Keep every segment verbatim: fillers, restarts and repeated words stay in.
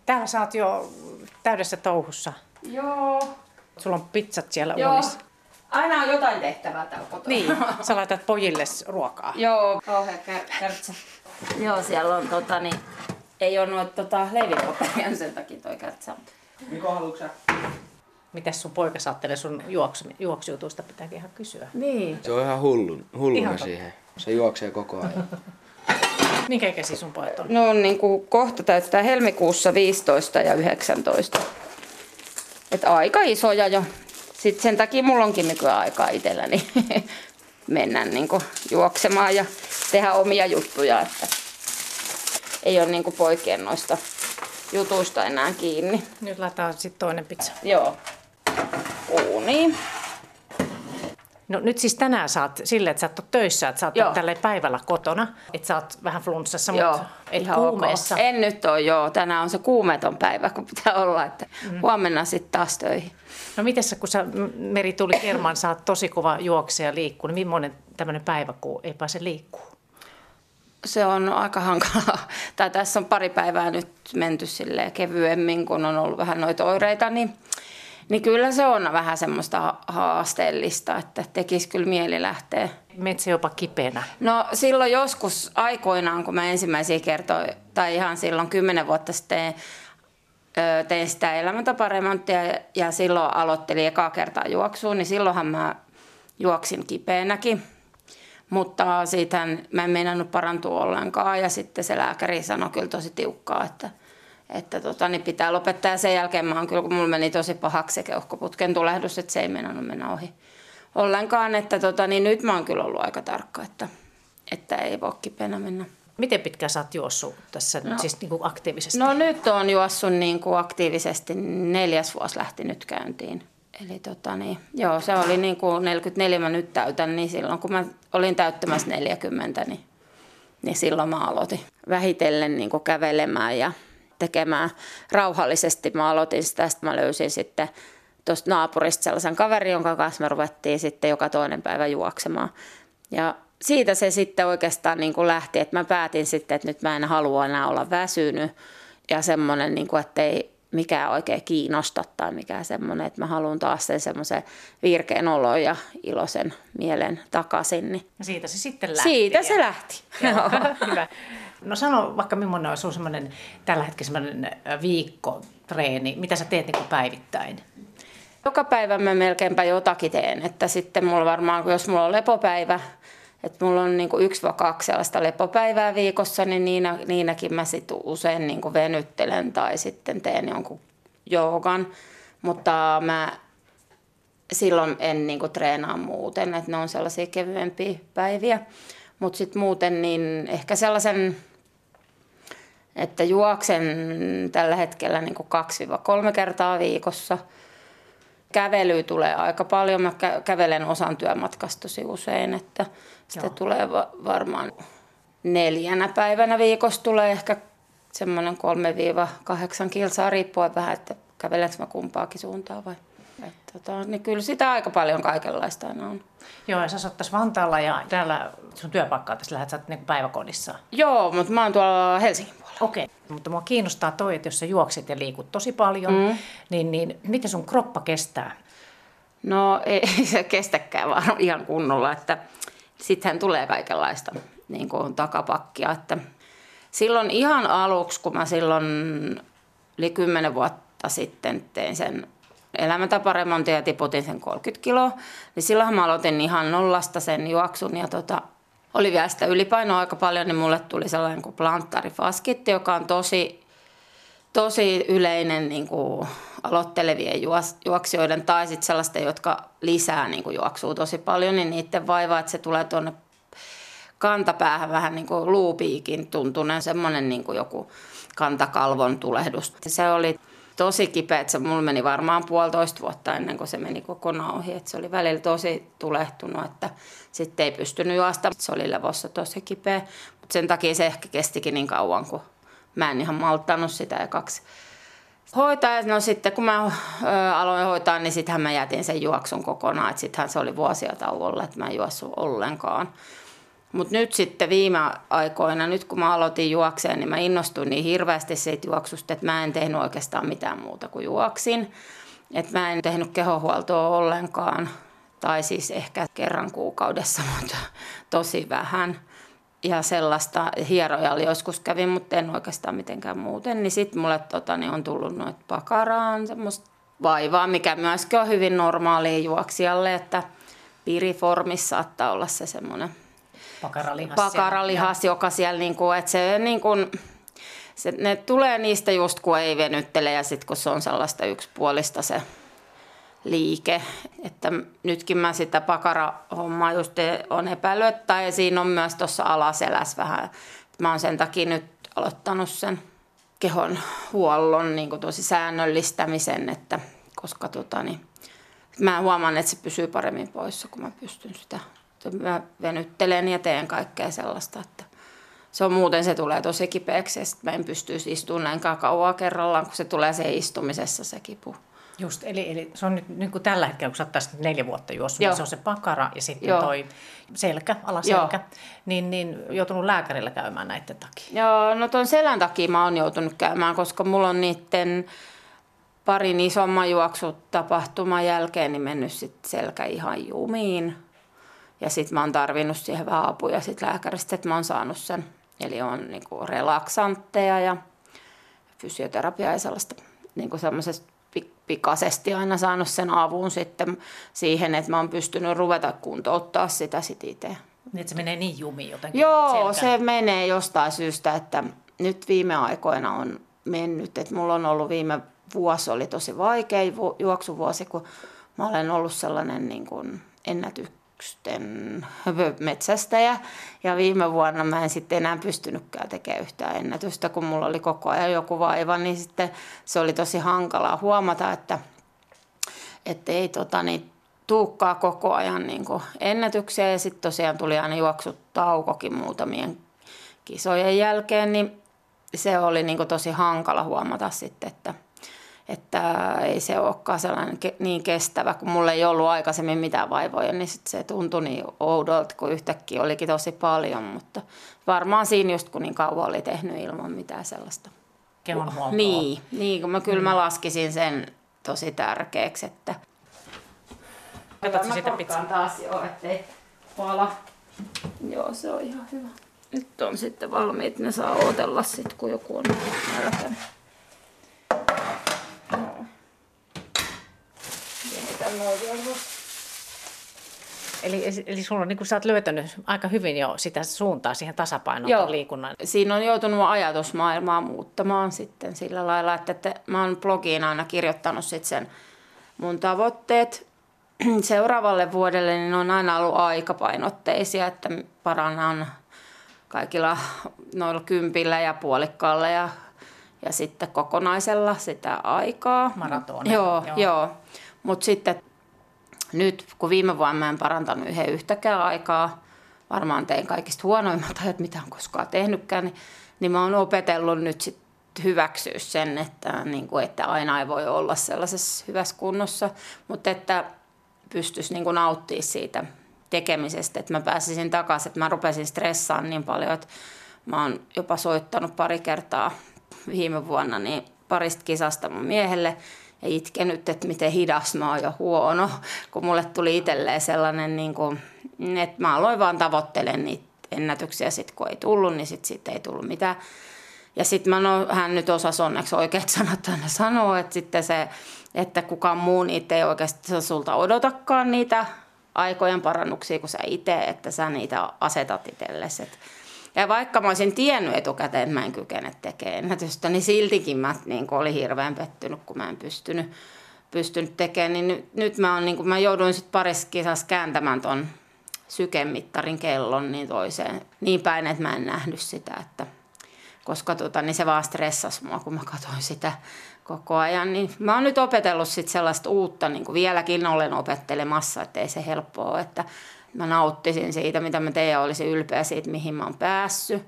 Täällä sä oot jo täydessä touhussa. Joo. Sulla on pizzat siellä Joo. uunissa. Aina on jotain tehtävää täällä kotona. Niin, sä laitat pojille ruokaa. Joo, kauhea kär- kärtsä. Joo, siellä on tota niin, ei ole noita tota, leivinpaperia, sen takia toi kärtsä. Miko, haluatko sä? Mitäs sun poika saattelee sun juoksu, juoksujutuista, pitääkin ihan kysyä. Niin. Se on ihan hullu, hulluna Ihan siihen. Se juoksee koko ajan. Minkä ikäisiä sun pojat on? No niin kuin kohta täyttää helmikuussa viisitoista ja yhdeksäntoista. Et aika isoja jo. Sitten sen takia mulla onkin nykyään aikaa itselläni mennä niin kuin juoksemaan ja tehdä omia juttuja. Että ei ole niin kuin poikien noista jutuista enää kiinni. Nyt laitetaan sitten toinen pizza. Joo. Uuniin. No nyt siis tänään sä oot silleen, että sä oot töissä, että sä oot Joo. tälleen päivällä kotona. Että sä oot vähän flunssassa, Joo, mutta et ihan kuumeessa. ok. En nyt ole, joo. Tänään on se kuumeeton päivä, kun pitää olla, että mm. huomenna sitten taas töihin. No miten sä, kun sä Meri tuli kermaan, sä oot tosi kova juokse ja liikkuu, niin millainen tämmöinen päivä, kun ei pääse liikkuu? Se on aika hankalaa. Tai tässä on pari päivää nyt menty silleen kevyemmin, kun on ollut vähän noita oireita, niin, niin kyllä se on vähän semmoista haasteellista, että tekisi kyllä mieli lähteä. Metsä jopa kipeänä. No silloin joskus aikoinaan, kun mä ensimmäisiä kertoja, tai ihan silloin kymmenen vuotta sitten ö, tein sitä elämäntaparemonttia ja silloin aloittelin ekaa kertaa juoksuun, niin silloinhan mä juoksin kipeänäkin. Mutta siitähän mä en meinannut parantua ollenkaan ja sitten se lääkäri sanoi kyllä tosi tiukkaa, että, että tota, niin pitää lopettaa. Ja sen jälkeen mä oon kyllä, kun mulla meni tosi pahaksi se keuhkoputken tulehdus, että se ei meinannut mennä ohi ollenkaan. Että tota, niin nyt mä oon kyllä ollut aika tarkka, että, että ei voi kipeänä mennä. Miten pitkään sä oot juossut tässä No. siis niin kuin aktiivisesti? No nyt on juossut niin kuin aktiivisesti, neljäs vuosi lähti nyt käyntiin. Eli tota niin, joo, se oli niin kuin neljäkymmentäneljä mä nyt täytän, niin silloin kun mä olin täyttämässä neljäkymmentä, niin, niin silloin mä aloitin vähitellen niin kuin kävelemään ja tekemään rauhallisesti. Mä aloitin sitä, sitten mä löysin sitten tuosta naapurista sellaisen kaverin, jonka kanssa me ruvettiin sitten joka toinen päivä juoksemaan. Ja siitä se sitten oikeastaan niin kuin lähti, että mä päätin sitten, että nyt mä en halua enää olla väsynyt ja semmoinen, niin kuin, että ei mikään oikein kiinnosta tai mikään semmoinen, että mä haluan taas sen semmoisen virkeän olon ja iloisen mielen takaisin. Niin Ja siitä se sitten lähti. siitä se lähti. Joo, hyvä. No sano vaikka millainen on sun semmoinen tällä hetkellä semmoinen viikkotreeni. Mitä sä teet niin kuin päivittäin? Joka päivä mä melkeinpä jotakin teen, että sitten mulla varmaan, jos mulla on lepopäivä, että mulla on niinku yksi vai kaksi sellaista lepopäivää viikossa, niin niinä, niinäkin mä sit usein niinku venyttelen tai sitten teen jonkun joogan. Mutta mä silloin en niinku treenaa muuten, että ne on sellaisia kevyempiä päiviä. Mutta sitten muuten niin ehkä sellaisen, että juoksen tällä hetkellä niinku kaksi kolme kertaa viikossa. Kävelyä tulee aika paljon. Mä kävelen osan työmatkasta tosi usein, että sitä Joo. tulee va- varmaan neljänä päivänä viikossa tulee ehkä semmoinen kolme kahdeksan kilsaa riippuen vähän, että kävelenkö mä kumpaakin suuntaan vai. Et tota, niin kyllä sitä aika paljon kaikenlaista aina on. Joo, ja sä asut tässä Vantaalla ja täällä sun työpaikkaa tässä lähdet, sä oot niin päiväkodissa. Joo, mutta mä oon tuolla Helsingin puolella. Okei, okay. Mutta mua kiinnostaa toi, että jos sä juokset ja liikut tosi paljon, mm. niin, niin miten sun kroppa kestää? No ei se kestäkään vaan ihan kunnolla, että sittenhän tulee kaikenlaista niin kuin takapakkia. Että silloin ihan aluksi, kun mä silloin yli kymmenen vuotta sitten tein sen elämäntaparemontin ja tiputin sen kolmekymmentä kiloa, niin silloin mä aloitin ihan nollasta sen juoksun ja tota, oli vielä sitä ylipainoa aika paljon, niin mulle tuli sellainen kuin plantaarifaskitti, joka on tosi, tosi yleinen niin kuin aloittelevien juoksijoiden tai sitten sellaisten, jotka lisää niin kuin juoksua tosi paljon, niin niiden vaiva, että se tulee tuonne kantapäähän vähän niin kuin luupiikin tuntunen, semmoinen niin kuin joku kantakalvon tulehdus. Se oli tosi kipeä, että se mulla meni varmaan puolitoista vuotta ennen kuin se meni kokonaan ohi. Että se oli välillä tosi tulehtunut, että sitten ei pystynyt juosta. Se oli levossa tosi kipeä, mutta sen takia se ehkä kestikin niin kauan, kun mä en ihan malttanut sitä ja kaksi hoitaa. No sitten kun mä ö, aloin hoitaa, niin sittenhän mä jätin sen juoksun kokonaan. Että sittenhän se oli vuosia tauolla, että mä en juossut ollenkaan. Mutta nyt sitten viime aikoina, nyt kun mä aloitin juokseen, niin mä innostuin niin hirveästi siitä juoksusta, että mä en tehnyt oikeastaan mitään muuta kuin juoksin. Että mä en tehnyt kehohuoltoa ollenkaan, tai siis ehkä kerran kuukaudessa, mutta tosi vähän. Ja sellaista hierojalla joskus kävin, mutta en oikeastaan mitenkään muuten. Niin sitten mulle tota, niin on tullut noita pakaraan semmoista vaivaa, mikä myöskin on hyvin normaalia juoksijalle, että piriformissa saattaa olla se semmoinen Pakaralihas. pakaralihas, joka siellä, niin kuin, että se, niin kuin, se, ne tulee niistä just kun ei venyttele ja sitten kun se on sellaista yksipuolista se liike. Että nytkin mä sitä pakarahommaa just on epäillyt, tai siinä on myös tuossa alaselässä vähän. Mä oon sen takia nyt aloittanut sen kehon huollon niin kuin tosi säännöllistämisen, että koska tota, niin, mä huomaan, että se pysyy paremmin poissa, kun mä pystyn sitä. Mä venyttelen ja teen kaikkea sellaista, että se on muuten se tulee tosi kipeäksi ja mä en pystyisi istumaan näinkään kauan kerrallaan, kun se tulee se istumisessa se kipu. Just, eli, eli se on nyt niin kuin tällä hetkellä, kun sä oot tässä neljä vuotta juossut, niin se on se pakara ja sitten Joo. toi selkä, alaselkä, Joo. niin, niin joutunut lääkärillä käymään näiden takia. Joo, no ton selän takia mä oon joutunut käymään, koska mulla on niiden parin isomman juoksutapahtuman jälkeen niin mennyt sit selkä ihan jumiin. Ja sitten mä oon tarvinnut siihen vähän apuja sit lääkäristä, että mä oon saanut sen. Eli on niinku relaksantteja ja fysioterapiaa ja sellaista niinku semmoisesta pikaisesti aina saanut sen avun sitten siihen, että mä oon pystynyt ruveta kuntouttaa sitä sit itse. Niin, että se menee niin jumiin jotenkin? Joo, selkään. Se menee jostain syystä, että nyt viime aikoina on mennyt. Että mulla on ollut viime vuosi, oli tosi vaikea juoksuvuosi, kun mä olen ollut sellainen niin kuin ennätysten metsästäjä. Ja viime vuonna mä en sitten enää pystynytkään tekemään yhtään ennätystä, kun mulla oli koko ajan joku vaiva, niin sitten se oli tosi hankalaa huomata, että, että ei tota, niin, tuukkaa koko ajan niin kuin ennätyksiä. Ja sitten tosiaan tuli aina juoksutaukokin muutamien kisojen jälkeen, niin se oli niin kuin tosi hankala huomata sitten, että että ei se olekaan sellainen niin kestävä, kun mulla ei ollut aikaisemmin mitään vaivoja, niin sit se tuntui niin oudolta, kun yhtäkkiä olikin tosi paljon, mutta varmaan siinä just kun niin kauan oli tehnyt ilman mitään sellaista. Kehonhuoltoa. Niin, niin kun mä, kyllä mä laskisin sen tosi tärkeäksi, että Katsotko sitä pizzaa? taas joo, ettei pala. Joo, se on ihan hyvä. Nyt on sitten valmiit, ne saa odotella sit, kun joku on nälkäinen. Eli, eli sulla on, niin kuin sä oot löytänyt aika hyvin jo sitä suuntaa siihen tasapainoon liikunnan. Siinä on joutunut ajatusmaailmaa muuttamaan sitten sillä lailla, että, että mä oon blogiin aina kirjoittanut sit sen mun tavoitteet seuraavalle vuodelle, niin ne on aina ollut aikapainotteisia, että parannan kaikilla noilla kympillä ja puolikkaalla ja, ja sitten kokonaisella sitä aikaa. Maratona. Joo, joo. joo. Mutta sitten nyt, kun viime vuonna mä en parantanut yhden yhtäkään aikaa, varmaan tein kaikista huonoimmat ajat, mitä on koskaan tehnytkään, niin, niin mä oon opetellut nyt sit hyväksyä sen, että, niin kuin, että aina ei voi olla sellaisessa hyvässä kunnossa, mutta että pystyisi niin kuin nauttimaan siitä tekemisestä, että mä pääsisin takaisin, että mä rupesin stressaamaan niin paljon, että mä oon jopa soittanut pari kertaa viime vuonna niin parista kisasta mun miehelle ja itkenyt, että miten hidas mä oon ja huono, kun mulle tuli itselleen sellainen, niin kuin, että mä aloin vaan tavoittelemaan niitä ennätyksiä, sit kun ei tullut, niin sit siitä ei tullut mitään. Ja sitten mä no, hän nyt osasi onneksi oikeat sanat aina sanoa, että sitten se, että kukaan muu niitä ei oikeasti sulta odotakaan niitä aikojen parannuksia kuin sä itse, että sä niitä asetat itsellesi. Ja vaikka mä olisin tiennyt etukäteen, että mä en kykene tekemään ennätystä, niin siltikin mä niin olin hirveän pettynyt, kun mä en pystynyt, pystynyt tekemään. Niin nyt, nyt mä, on, niin kun mä jouduin sitten parissa kisassa kääntämään ton sykemittarin kellon niin toiseen niin päin, että mä en nähnyt sitä, että koska tota, niin se vaan stressasi mua, kun mä katsoin sitä koko ajan. Niin mä oon nyt opetellut sit sellaista uutta, niin kuin vieläkin olen opettelemassa, että ei se helppoa ole, että mä nauttisin siitä, mitä mä teen ja olisin ylpeä siitä, mihin mä oon päässyt.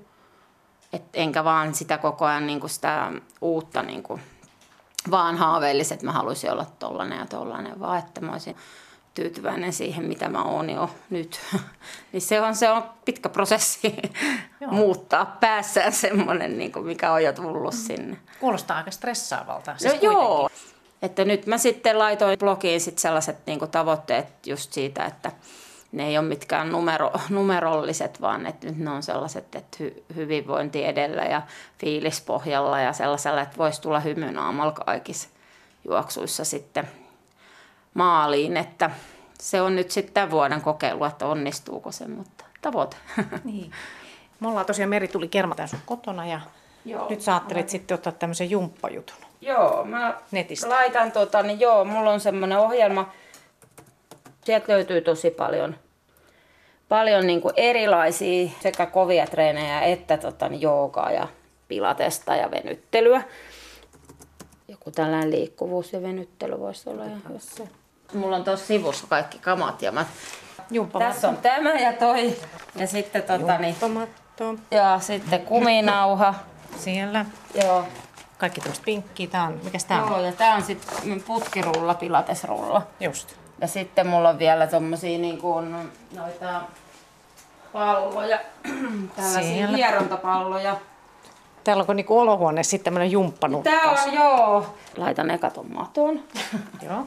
Et enkä vaan sitä koko ajan niin kuin sitä uutta, niin kuin, vaan haaveilisi, että mä haluaisin olla tollainen ja tollainen, vaan että mä olisin tyytyväinen siihen, mitä mä oon jo nyt. Niin se on, se on pitkä prosessi muuttaa päässään semmoinen, niin kuin mikä on jo tullut sinne. Kuulostaa aika stressaavalta. Siis no joo. Että nyt mä sitten laitoin blogiin sit sellaiset niin kuin tavoitteet just siitä, että ne ei ole mitkään numero, numerolliset, vaan että nyt ne on sellaiset, että hy, hyvinvointi edellä ja fiilispohjalla ja sellaisella, että voisi tulla hymy naamalla kaikissa juoksuissa sitten maaliin. Että se on nyt sitten tämän vuoden kokeilu, että onnistuuko se, mutta tavoite. Niin. Me ollaan tosiaan Meri tuli kermataan sun kotona ja joo, nyt sä ajattelit mä... sitten ottaa tämmöisen jumppajutun. Joo, mä netistä. Laitan tota, niin joo, mulla on semmoinen ohjelma. Sieltä löytyy tosi paljon, paljon niin kuin erilaisia sekä kovia treenejä että tota, niin joogaa ja pilatesta ja venyttelyä. Joku tällainen liikkuvuus ja venyttely voisi olla ihan hyvässä. Mulla on tuossa sivussa kaikki kamat ja mä... Tässä on tämä ja toi. Ja sitten tota, niin, ja sitten kuminauha. Siellä. Joo. Kaikki tämmöistä pinkkiä. Tää on, mikäs tää on? Joo, ja tää on sitten putkirulla, pilatesrulla. Just. Ja sitten mulla on vielä tommosia niin kuin noita palloja, tällaisia hierontapalloja. Täällä onko niinku olohuoneessa sitten tämmönen jumppanurkkaus? Tää on joo. Laitan eka ton maton. Joo.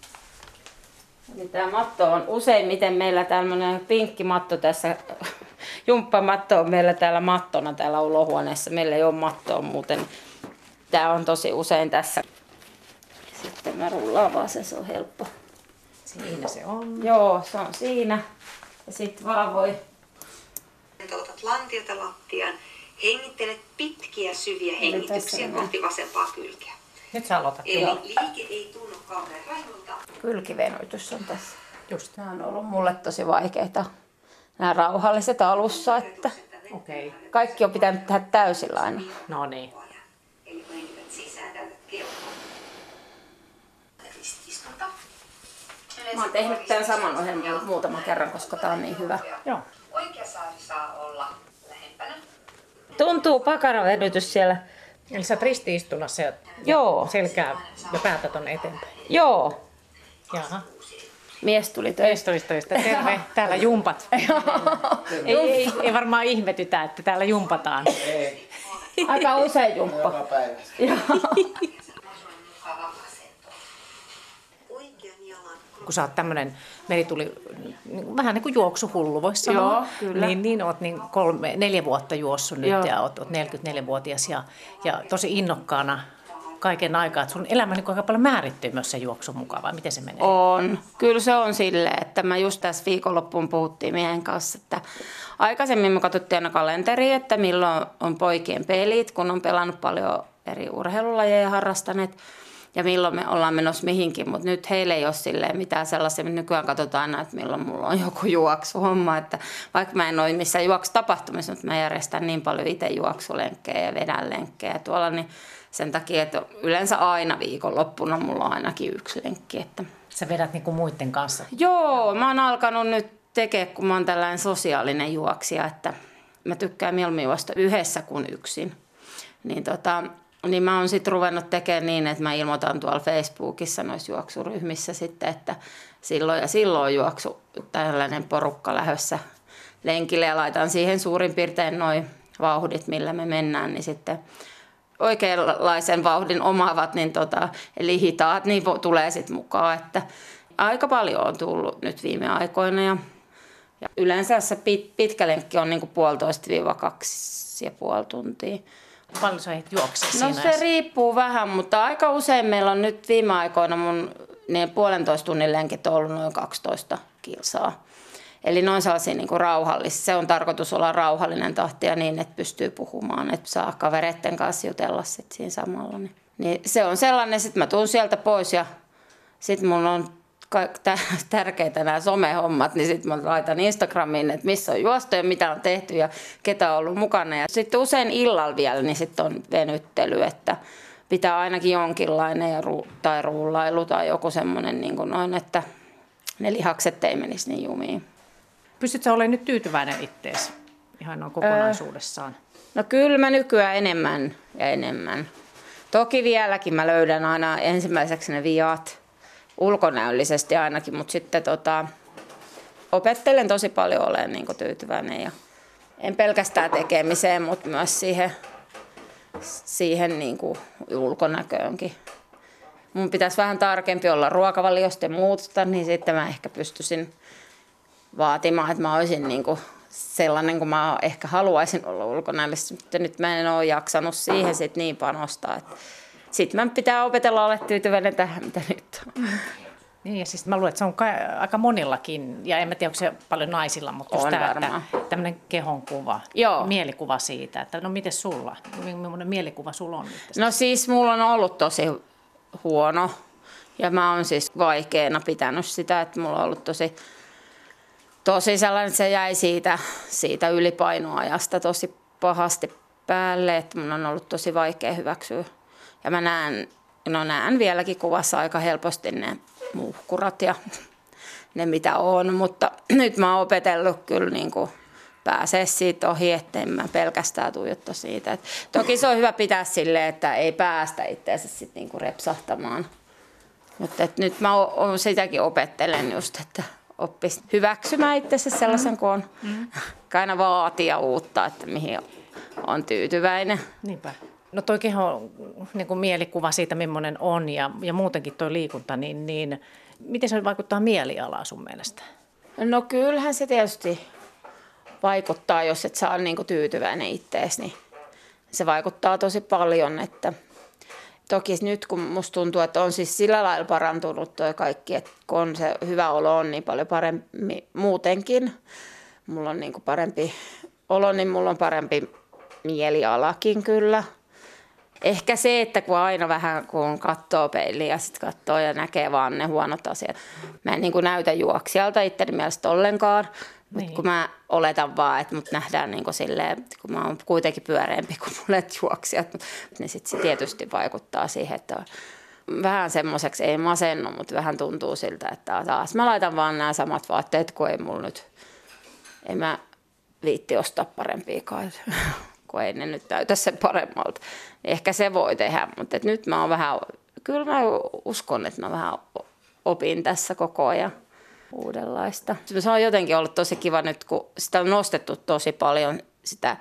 Eli tää matto on useimmiten meillä tämmönen pinkki matto tässä. Jumppamatto on meillä täällä mattona täällä olohuoneessa. Meillä ei ole mattoa muuten. Tää on tosi usein tässä. Sitten mä rullaan vaan se, se on helppo. Siinä se on. Joo, se on siinä. Ja sit vaan voi... Otat lantiota lattiaan, hengittelet pitkiä syviä hengityksiä kohti vasempaa kylkeä. Nyt sä aloitat. Eli joo. Liike ei tunnu kauhean railulta. Kylkivenytys on tässä. Just. Nämä on ollut mulle tosi vaikeita. Nämä rauhalliset alussa, että okay. Kaikki on pitänyt tehdä täysillä aina. No niin. Eli hengität sisään täältä kelkoa. Rististunta. Mä oon tehnyt tämän saman ohjelman muutaman kerran, koska tää on niin hyvä. Joo. Oikea saari saa olla lähempänä. Tuntuu pakaravenytys siellä. Eli sä oot ristiistunassa ja joo. Selkää ja päätä tonne eteenpäin. Joo. Jaha. Mies tuli töistä. Mies tuli töistä. Terve. Täällä jumpat. ei, ei, ei varmaan ihmetytä, että täällä jumpataan. Ei. Aika usein jumppa. Joka päivä. Kun sä oot tämmönen, Meri tuli niin vähän niin kuin juoksuhullu, voisi sanoa. Joo, kyllä. Niin, niin oot niin kolme, neljä vuotta juossut nyt joo. Ja oot, oot neljäkymmentäneljävuotias ja, ja tosi innokkaana kaiken aikaa. Että sun elämä niin aika paljon määrittyy myös sen juoksun mukaan, vai miten se menee? On. Kyllä se on silleen, että mä just tässä viikonloppuun puhuttiin miehen kanssa, että aikaisemmin me katsottiin aina kalenteria, että milloin on poikien pelit, kun on pelannut paljon eri urheilulajeja ja harrastaneet. Ja milloin me ollaan menossa mihinkin, mutta nyt heillä ei ole silleen mitään sellaisia. Nykyään katsotaan aina, että milloin mulla on joku juoksuhomma. Että vaikka mä en ole missään juoksutapahtumissa, mutta mä järjestän niin paljon itse juoksulenkkejä ja vedän lenkkejä tuolla, niin sen takia, että yleensä aina viikonloppuna mulla on ainakin yksi lenkki. Että... Sä vedät niinku muiden kanssa? Joo, mä oon alkanut nyt tekemään, kun mä oon tällainen sosiaalinen juoksija, että mä tykkään mieluummin juosta yhdessä kuin yksin. Niin tota... Niin mä oon sitten ruvennut tekemään niin, että mä ilmoitan tuolla Facebookissa noissa juoksuryhmissä sitten, että silloin ja silloin juoksu tällainen porukka lähdössä lenkille ja laitan siihen suurin piirtein noin vauhdit, millä me mennään, niin sitten oikeanlaisen vauhdin omaavat, niin tota, eli hitaat, niin tulee sitten mukaan, että aika paljon on tullut nyt viime aikoina ja, ja yleensä se pit, pitkä lenkki on niinku puolitoista viiva kaksi ja puoli tuntia. Paljon sä ehdit juoksea No siinä? se riippuu vähän, mutta aika usein meillä on nyt viime aikoina mun niin puolentoista tunnin lenkit on ollut noin kaksitoista kilsaa. Eli noin sellaisia niin kuin rauhallisia. Se on tarkoitus olla rauhallinen tahti ja niin, että pystyy puhumaan, että saa kavereiden kanssa jutella sit siinä samalla. Niin, niin se on sellainen, sitten mä tuun sieltä pois ja sitten mun on tärkeitä nämä somehommat, niin sitten mä laitan Instagramiin, että missä on juostu ja mitä on tehty ja ketä on ollut mukana. Ja sitten usein illalla vielä, niin sitten on venyttely, että pitää ainakin jonkinlainen ja ru- tai rullailu tai joku semmoinen, niin kuin noin, että ne lihakset ei menisi niin jumiin. Pystytkö sä olemaan nyt tyytyväinen ittees ihan noin kokonaisuudessaan? Öö, no kyllä mä nykyään enemmän ja enemmän. Toki vieläkin mä löydän aina ensimmäiseksi ne viat. ulkonäöllisesti ainakin, mutta sitten tota, opettelen tosi paljon olemaan niin kuin tyytyväinen ja en pelkästään tekemiseen, mutta myös siihen, siihen niin kuin ulkonäköönkin. Mun pitäisi vähän tarkempi olla ruokavaliosta ja muuta, niin sitten mä ehkä pystyisin vaatimaan, että mä olisin niin kuin sellainen kuin mä ehkä haluaisin olla ulkonäöllisesti, mutta nyt mä en ole jaksanut siihen sit niin panostaa. Sitten mä pitää opetella olla tyytyväinen tähän, mitä nyt on. Niin, ja siis mä luulen, että se on aika monillakin, ja en mä tiedä, onko se paljon naisilla, mutta just on tämä, varmaan. että tämmöinen kehonkuva, Joo. mielikuva siitä, että no miten sulla, millainen mielikuva sulla on nyt? No siis mulla on ollut tosi huono, ja mä oon siis vaikeana pitänyt sitä, että mulla on ollut tosi, tosi sellainen, että se jäi siitä, siitä ylipainoajasta tosi pahasti päälle, että mun on ollut tosi vaikea hyväksyä. Ja mä näen, no näen vieläkin kuvassa aika helposti ne muhkurat ja ne mitä on, mutta nyt mä oon opetellut kyllä niin kuin pääsee siitä ohi, ettei mä pelkästään tuijottaa siitä. Et toki se on hyvä pitää silleen, että ei päästä itseänsä sit niin kuin repsahtamaan. Mutta nyt mä o- o- sitäkin opettelen just, että oppisi hyväksymään itsensä sellaisen kuin on. Mm. Aina vaatia uutta, että mihin on tyytyväinen. Niinpä. No toi keho, niin kuin mielikuva siitä, millainen on ja, ja muutenkin toi liikunta, niin, niin miten se vaikuttaa mielialaan sun mielestä? No kyllähän se tietysti vaikuttaa, jos et saa niin kuin tyytyväinen ittees, niin se vaikuttaa tosi paljon. Että toki nyt kun musta tuntuu, että on siis sillä lailla parantunut toi kaikki, että kun on se hyvä olo on niin paljon parempi muutenkin, mulla on niin kuin parempi olo, niin mulla on parempi mielialakin kyllä. Ehkä se, että kun aina vähän kun katsoo peiliin ja sitten katsoo ja näkee vaan ne huonot asiat. Mä en niin kuin näytä juoksijalta itteni mielestä ollenkaan, niin. Mutta kun mä oletan vaan, että mut nähdään niin kuin silleen, kun mä oon kuitenkin pyöreämpi kuin monet juoksijat, niin sitten se tietysti vaikuttaa siihen, että vähän semmoiseksi ei masennu, mutta vähän tuntuu siltä, että taas mä laitan vaan nämä samat vaatteet, kun ei mulla nyt, ei mä viitti ostaa parempiakaan. Kun ei ne nyt näytä sen paremmalta. Ehkä se voi tehdä, mutta et nyt mä oon vähän, kyllä mä uskon, että mä vähän opin tässä koko ajan uudenlaista. Se on jotenkin ollut tosi kiva nyt, kun sitä on nostettu tosi paljon sitä,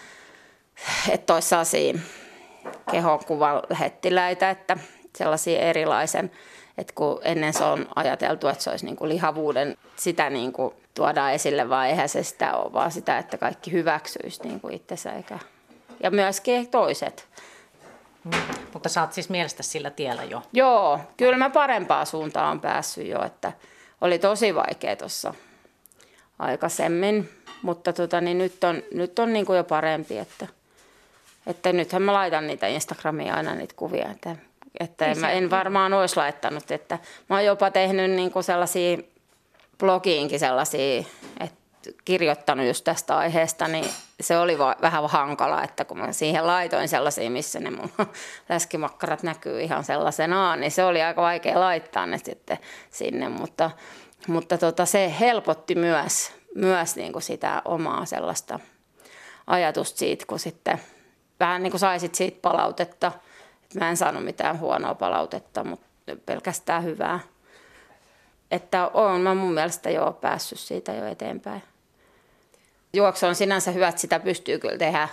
että olisi sellaisia kehokuvan lähettiläitä, että sellaisia erilaisen, että kun ennen se on ajateltu, että se olisi niin kuin lihavuuden, sitä niin kuin tuodaan esille, vaan eihän se sitä ole, vaan sitä, että kaikki hyväksyisi niin kuin itsensä eikä. Ja myöskin toiset. Mm. Mutta sä oot siis mielestäsi sillä tiellä jo? Joo, kyllä mä parempaan suuntaan on päässyt jo, että oli tosi vaikea tuossa aikaisemmin, mutta tota, niin nyt on, nyt on niin kuin jo parempi, että, että nythän mä laitan niitä Instagramiin aina niitä kuvia, että, että en, mä en varmaan olisi laittanut, että mä oon jopa tehnyt niin kuin sellaisia blogiinkin sellaisia, että kirjoittanut just tästä aiheesta, niin se oli va- vähän hankala, että kun mä siihen laitoin sellaisia, missä ne mun läskimakkarat näkyy ihan sellaisenaan, niin se oli aika vaikea laittaa ne sitten sinne, mutta, mutta tota, se helpotti myös, myös niin kuin sitä omaa sellaista ajatusta siitä, kun sitten vähän niin kuin saisit siitä palautetta, että mä en saanut mitään huonoa palautetta, mutta pelkästään hyvää. Että olen mä mun mielestä jo päässyt siitä jo eteenpäin. Juoksu on sinänsä hyvä, että sitä pystyy kyllä tehdä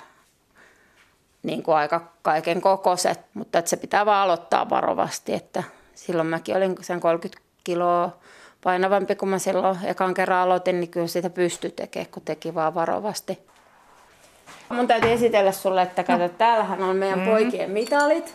niin kuin aika kaiken kokoiset, mutta että se pitää vaan aloittaa varovasti. Että silloin mäkin olin sen kolmekymmentä kiloa painavampi, kun mä silloin ekan kerran aloitin, niin kyllä sitä pystyi tekemään, kun teki vaan varovasti. Mun täytyy esitellä sulle, että kato, täällähän on meidän mm. poikien mitalit.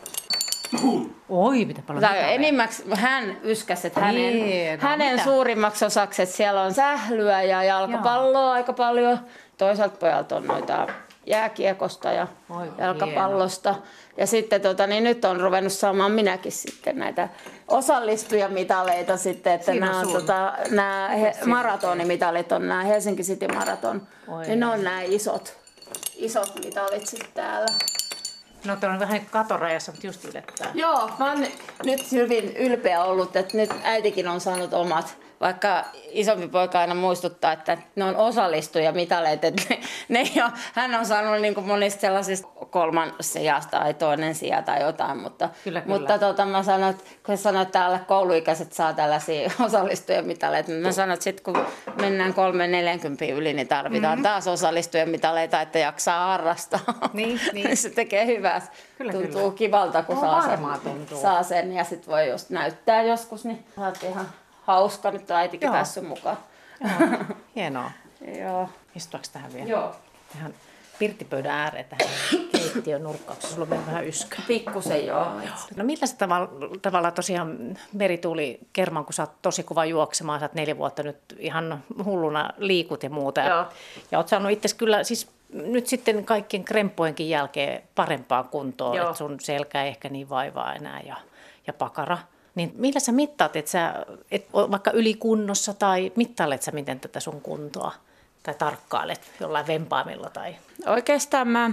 Oi, mitä paljon mitaleja. Enimmäksi hän yskäsi, että hänen, niin, no, hänen mitä? suurimmaksi osaksi, että siellä on sählyä ja jalkapalloa Joo. aika paljon. Toisaalta pojalta on noita jääkiekosta ja Oi, jalkapallosta. Hieno. Ja sitten tota, niin nyt on ruvennut saamaan minäkin sitten näitä osallistujammitaleita sitten, että nämä, on, tota, nämä he, maratonimitalit on nämä Helsinki City Maraton. Oi. Ja ne on nämä isot, isot mitalit sitten täällä. No tuolla on vähän niin katorajassa, mutta just ylettää. Joo, mä oon nyt hyvin ylpeä ollut, että nyt äitikin on saanut omat, vaikka isompi poika aina muistuttaa, että ne on osallistujamitalit, että ne, ne ei ole, hän on saanut niin kuin monista sellaisista kolman sijasta tai toinen sija tai jotain, mutta, Kyllä, kyllä. mutta tota, mä sanoin, että kun sanoit, että alle kouluikäiset saa tällaisia osallistujamitalit, niin mä sanoin, että sitten kun mennään kolme neljäkymmentä yli, niin tarvitaan mm-hmm. taas osallistujamitalit, että jaksaa harrastaa. Niin, niin. Se tekee hyvää. Kyllä, tuntuu kyllä. kivalta, kun No, saa varmaan sen, tuntuu. saa sen ja sitten voi just näyttää joskus, niin saat ihan hauska, nyt on äitikin Joo. päässyt mukaan. Joo, hienoa. Joo. Istuaks tähän vielä? Joo. Tähän pirttipöydän ääreen tähän keittiön nurkkaukseen. Sulla on vielä vähän yskää. Pikkusen joo. No millä se tavalla, tavalla tosiaan Merituuli Kerman, kun sä oot tosi kova juoksemaan, sä oot neljä vuotta nyt ihan hulluna liikut ja muuta. Joo. Ja, ja oot saanut itse kyllä siis nyt sitten kaikkien kremppojenkin jälkeen parempaan kuntoon, Joo. että sun selkä ei ehkä niin vaivaa enää ja, ja pakara. Niin millä sä mittaat, että sä et ole vaikka ylikunnossa tai mittailet sä miten tätä sun kuntoa? Tai tarkkailet jollain vempaimilla tai... Oikeastaan mä,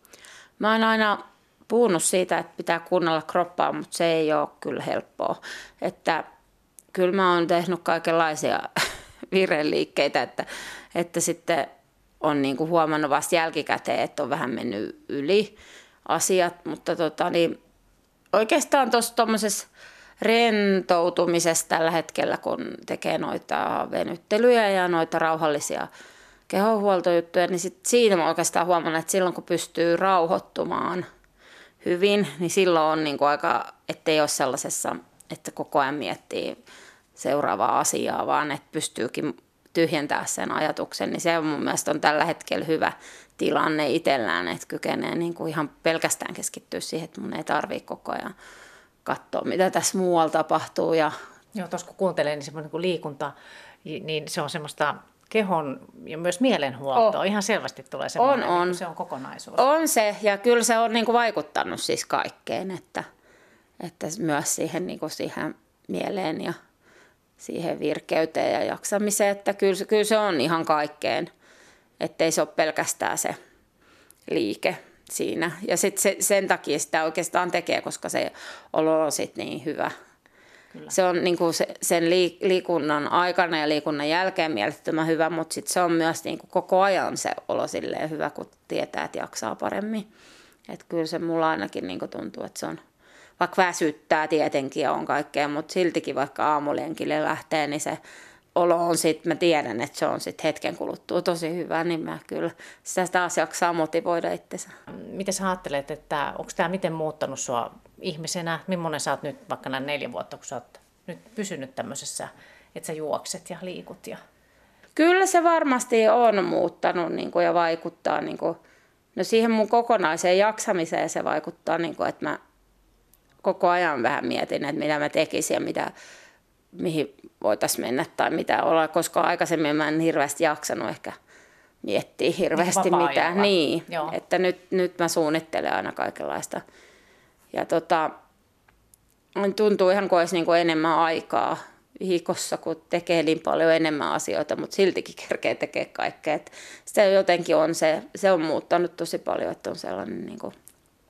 mä oon aina puhunut siitä, että pitää kuunnella kroppaa, mutta se ei ole kyllä helppoa. Että kyllä mä oon tehnyt kaikenlaisia virheliikkeitä, että, että sitten on niinku huomannut vasta jälkikäteen, että on vähän mennyt yli asiat. Mutta tota, niin oikeastaan tuossa tuommoisessa rentoutumisessa tällä hetkellä, kun tekee noita venyttelyjä ja noita rauhallisia kehonhuoltojuttuja, niin sit siinä mä oikeastaan huomannut, että silloin kun pystyy rauhoittumaan hyvin, niin silloin on niin kuin aika, ettei ole sellaisessa, että koko ajan miettii seuraavaa asiaa, vaan että pystyykin tyhjentämään sen ajatuksen, niin se on mun mielestä on tällä hetkellä hyvä tilanne itsellään, että kykenee niin kuin ihan pelkästään keskittyä siihen, että mun ei tarvitse koko ajan katsoa, mitä tässä muualla tapahtuu. Ja... Joo, tuossa kun kuuntelee, niin semmoinen kuin liikunta, niin se on semmoista kehon ja myös mielenhuoltoa. Oh. Ihan selvästi tulee semmoinen, on, on. Niin se on kokonaisuus. On se, ja kyllä se on niin kuin vaikuttanut siis kaikkeen, että, että myös siihen, niin kuin siihen mieleen ja siihen virkeyteen ja jaksamiseen, että kyllä, kyllä se on ihan kaikkeen, ettei se ole pelkästään se liike siinä. Ja sitten se, sen takia sitä oikeastaan tekee, koska se olo on sitten niin hyvä. Kyllä. Se on niinku se, sen liikunnan aikana ja liikunnan jälkeen mielettömän hyvä, mutta sitten se on myös niinku koko ajan se olo silleen hyvä, kun tietää, että jaksaa paremmin. Et kyllä se mulla ainakin niinku tuntuu, että se on, vaikka väsyttää tietenkin ja on kaikkea, mutta siltikin vaikka aamulenkille lähtee, niin se olo on sitten, mä tiedän, että se on sitten hetken kuluttua tosi hyvä, niin mä kyllä sitä taas jaksaa motivoida itsensä. Miten sä ajattelet, että onko tämä miten muuttanut sua ihmisenä? Millainen sä oot nyt vaikka nämä neljä vuotta, kun sä oot nyt pysynyt tämmöisessä, että sä juokset ja liikut? Ja... Kyllä se varmasti on muuttanut niin kuin, ja vaikuttaa niin kuin, no siihen mun kokonaiseen jaksamiseen se vaikuttaa, niin kuin, että mä koko ajan vähän mietin, että mitä mä tekisin ja mitä, mihin voitaisiin mennä tai mitä olla, koska aikaisemmin mä en hirveästi jaksanut ehkä miettiä hirveästi niin mitään. Niin, Joo. että nyt, nyt mä suunnittelen aina kaikenlaista. Ja tota, tuntuu ihan kuin olisi niin kuin enemmän aikaa viikossa, kun tekee niin paljon enemmän asioita, mutta siltikin kerkee tekee kaikkea. Että se jotenkin on se, se on muuttanut tosi paljon, että on sellainen niin kuin,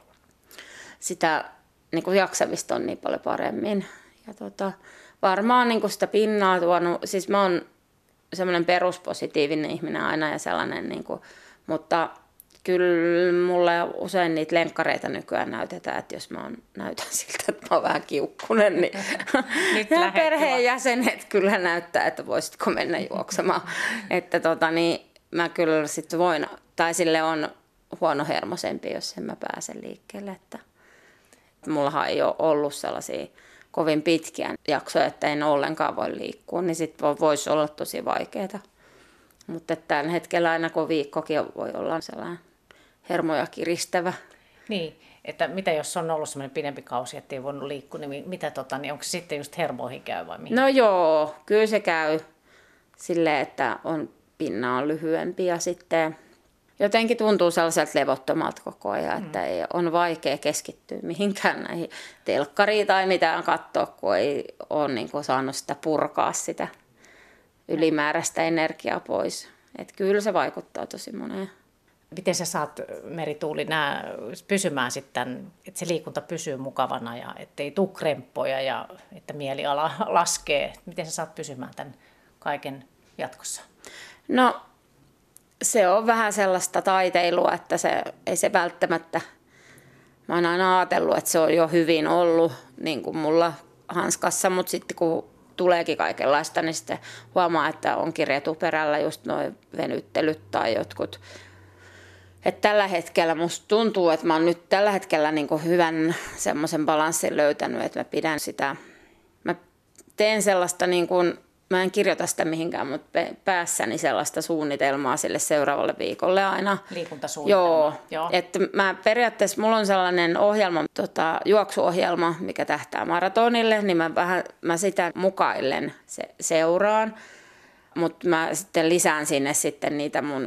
sitä niin kuin jaksamista on niin paljon paremmin. Ja tota, varmaan niin kuin sitä pinnaa tuonut, siis mä oon semmoinen peruspositiivinen ihminen aina ja sellainen, niin kuin, mutta kyllä mulle usein niitä lenkkareita nykyään näytetään, että jos mä oon, näytän siltä, että mä oon vähän kiukkunen, niin ja perheenjäsenet kyllä näyttää, että voisitko mennä juoksemaan. Että tota, niin mä kyllä sitten voin, tai sille on huonohermoisempi, jos en mä pääse liikkeelle. Että mullahan ei ole ollut sellaisia kovin pitkiä jaksoja, että en ollenkaan voi liikkua, niin sitten voisi olla tosi vaikeaa. Mutta tällä hetkellä aina kun viikkokin voi olla sellainen hermoja kiristävä. Niin, että mitä jos on ollut sellainen pidempi kausi, että ei voinut liikkua, niin, mitä, tota, niin onko se sitten just hermoihin käy vai mihin? No joo, kyllä se käy silleen, että on, pinna on lyhyempi ja sitten jotenkin tuntuu sellaiselta levottomalta koko ajan, mm. että ei, on vaikea keskittyä mihinkään näihin telkkariin tai mitään katsoa, kun ei ole niin kuin saanut sitä purkaa sitä ylimääräistä energiaa pois. Että kyllä se vaikuttaa tosi moneen. Miten sä saat, Merituuli, nää pysymään sitten, että se liikunta pysyy mukavana ja ettei tule kremppoja ja että mieliala laskee? Miten sä saat pysymään tämän kaiken jatkossa? No se on vähän sellaista taiteilua, että se ei se välttämättä, mä oon aina ajatellut, että se on jo hyvin ollut niin kuin mulla hanskassa, mutta sitten kun tuleekin kaikenlaista, niin sitten huomaa, että onkin retuperällä just nuo venyttelyt tai jotkut. Että tällä hetkellä musta tuntuu, että mä oon nyt tällä hetkellä niin kuin hyvän semmoisen balanssin löytänyt, että mä pidän sitä, mä teen sellaista niin kuin, mä en kirjoita sitä mihinkään, mutta päässäni sellaista suunnitelmaa sille seuraavalle viikolle aina. Liikuntasuunnitelma. Joo, Joo. että mä periaatteessa, mulla on sellainen ohjelma, tota, juoksuohjelma, mikä tähtää maratonille, niin mä, vähän, mä sitä mukaillen se, seuraan, mutta mä sitten lisään sinne sitten niitä mun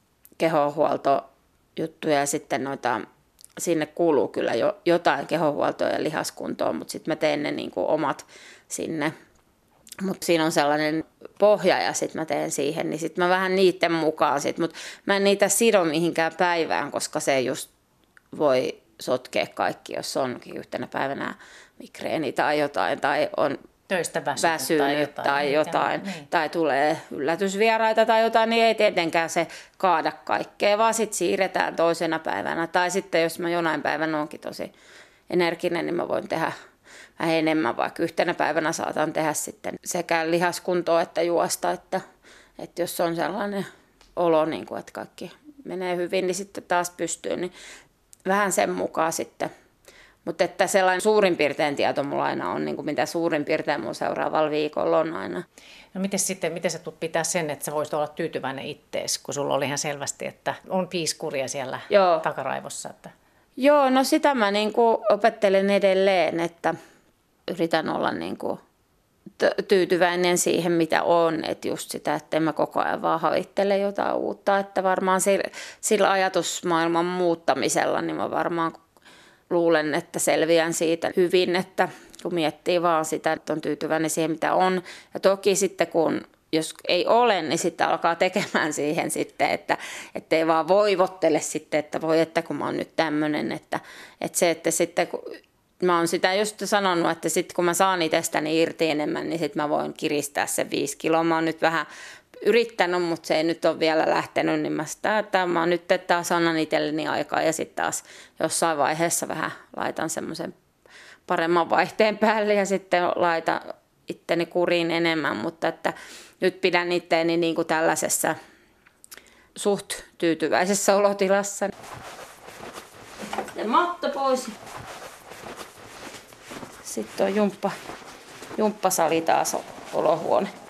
kehonhuoltojuttuja ja sitten noita, sinne kuuluu kyllä jo, jotain kehonhuoltoa ja lihaskuntoa, mutta sitten mä teen ne niin kuin omat sinne. Mutta siinä on sellainen pohja ja sitten mä teen siihen, niin sitten mä vähän niiden mukaan sit, mutta mä en niitä sido mihinkään päivään, koska se just voi sotkea kaikki, jos onkin yhtenä päivänä migreeni tai jotain tai on töistä väsynyt, väsynyt tai jotain, tai, jotain niin. tai tulee yllätysvieraita tai jotain, niin ei tietenkään se kaada kaikkea, vaan sitten siirretään toisena päivänä. Tai sitten jos mä jonain päivänä onkin tosi energinen, niin mä voin tehdä vähän enemmän, vaikka yhtenä päivänä saatan tehdä sitten sekä lihaskuntoa että juosta, että, että jos on sellainen olo, niin kuin, että kaikki menee hyvin, niin sitten taas pystyy, niin vähän sen mukaan sitten. Mutta että sellainen suurin piirtein tieto mulla aina on, niin kuin mitä suurin piirtein mun seuraavalla viikolla on aina. No miten sitten, miten sä tulet pitää sen, että sä voisit olla tyytyväinen ittees, kun sulla oli ihan selvästi, että on piiskuria siellä Joo. takaraivossa? Että... Joo, no sitä mä niin kuin opettelen edelleen, että yritän olla niin kuin tyytyväinen siihen, mitä on. Että just sitä, että en mä koko ajan vaan havittele jotain uutta. Että varmaan sillä, sillä ajatusmaailman muuttamisella, niin mä varmaan luulen, että selviän siitä hyvin, että kun miettii vaan sitä, että on tyytyväinen siihen, mitä on. Ja toki sitten, kun jos ei ole, niin sitten alkaa tekemään siihen sitten, että ei vaan voivottele sitten, että voi, että kun mä oon nyt tämmöinen, että, että se, että sitten kun mä oon sitä just sanonut, että sitten kun mä saan itsestäni irti enemmän, niin sitten mä voin kiristää sen viisi kiloa. Mä oon nyt vähän yrittänyt, mutta se ei nyt ole vielä lähtenyt, niin mä sitä, että mä oon nyt taas annan itselleni aikaa ja sitten taas jossain vaiheessa vähän laitan semmoisen paremman vaihteen päälle ja sitten laitan itteni kuriin enemmän, mutta että nyt pidän itteeni niin kuin tällaisessa suht tyytyväisessä olotilassa. Ja matto pois. Sitten on jumppa, jumppasali taas olohuone.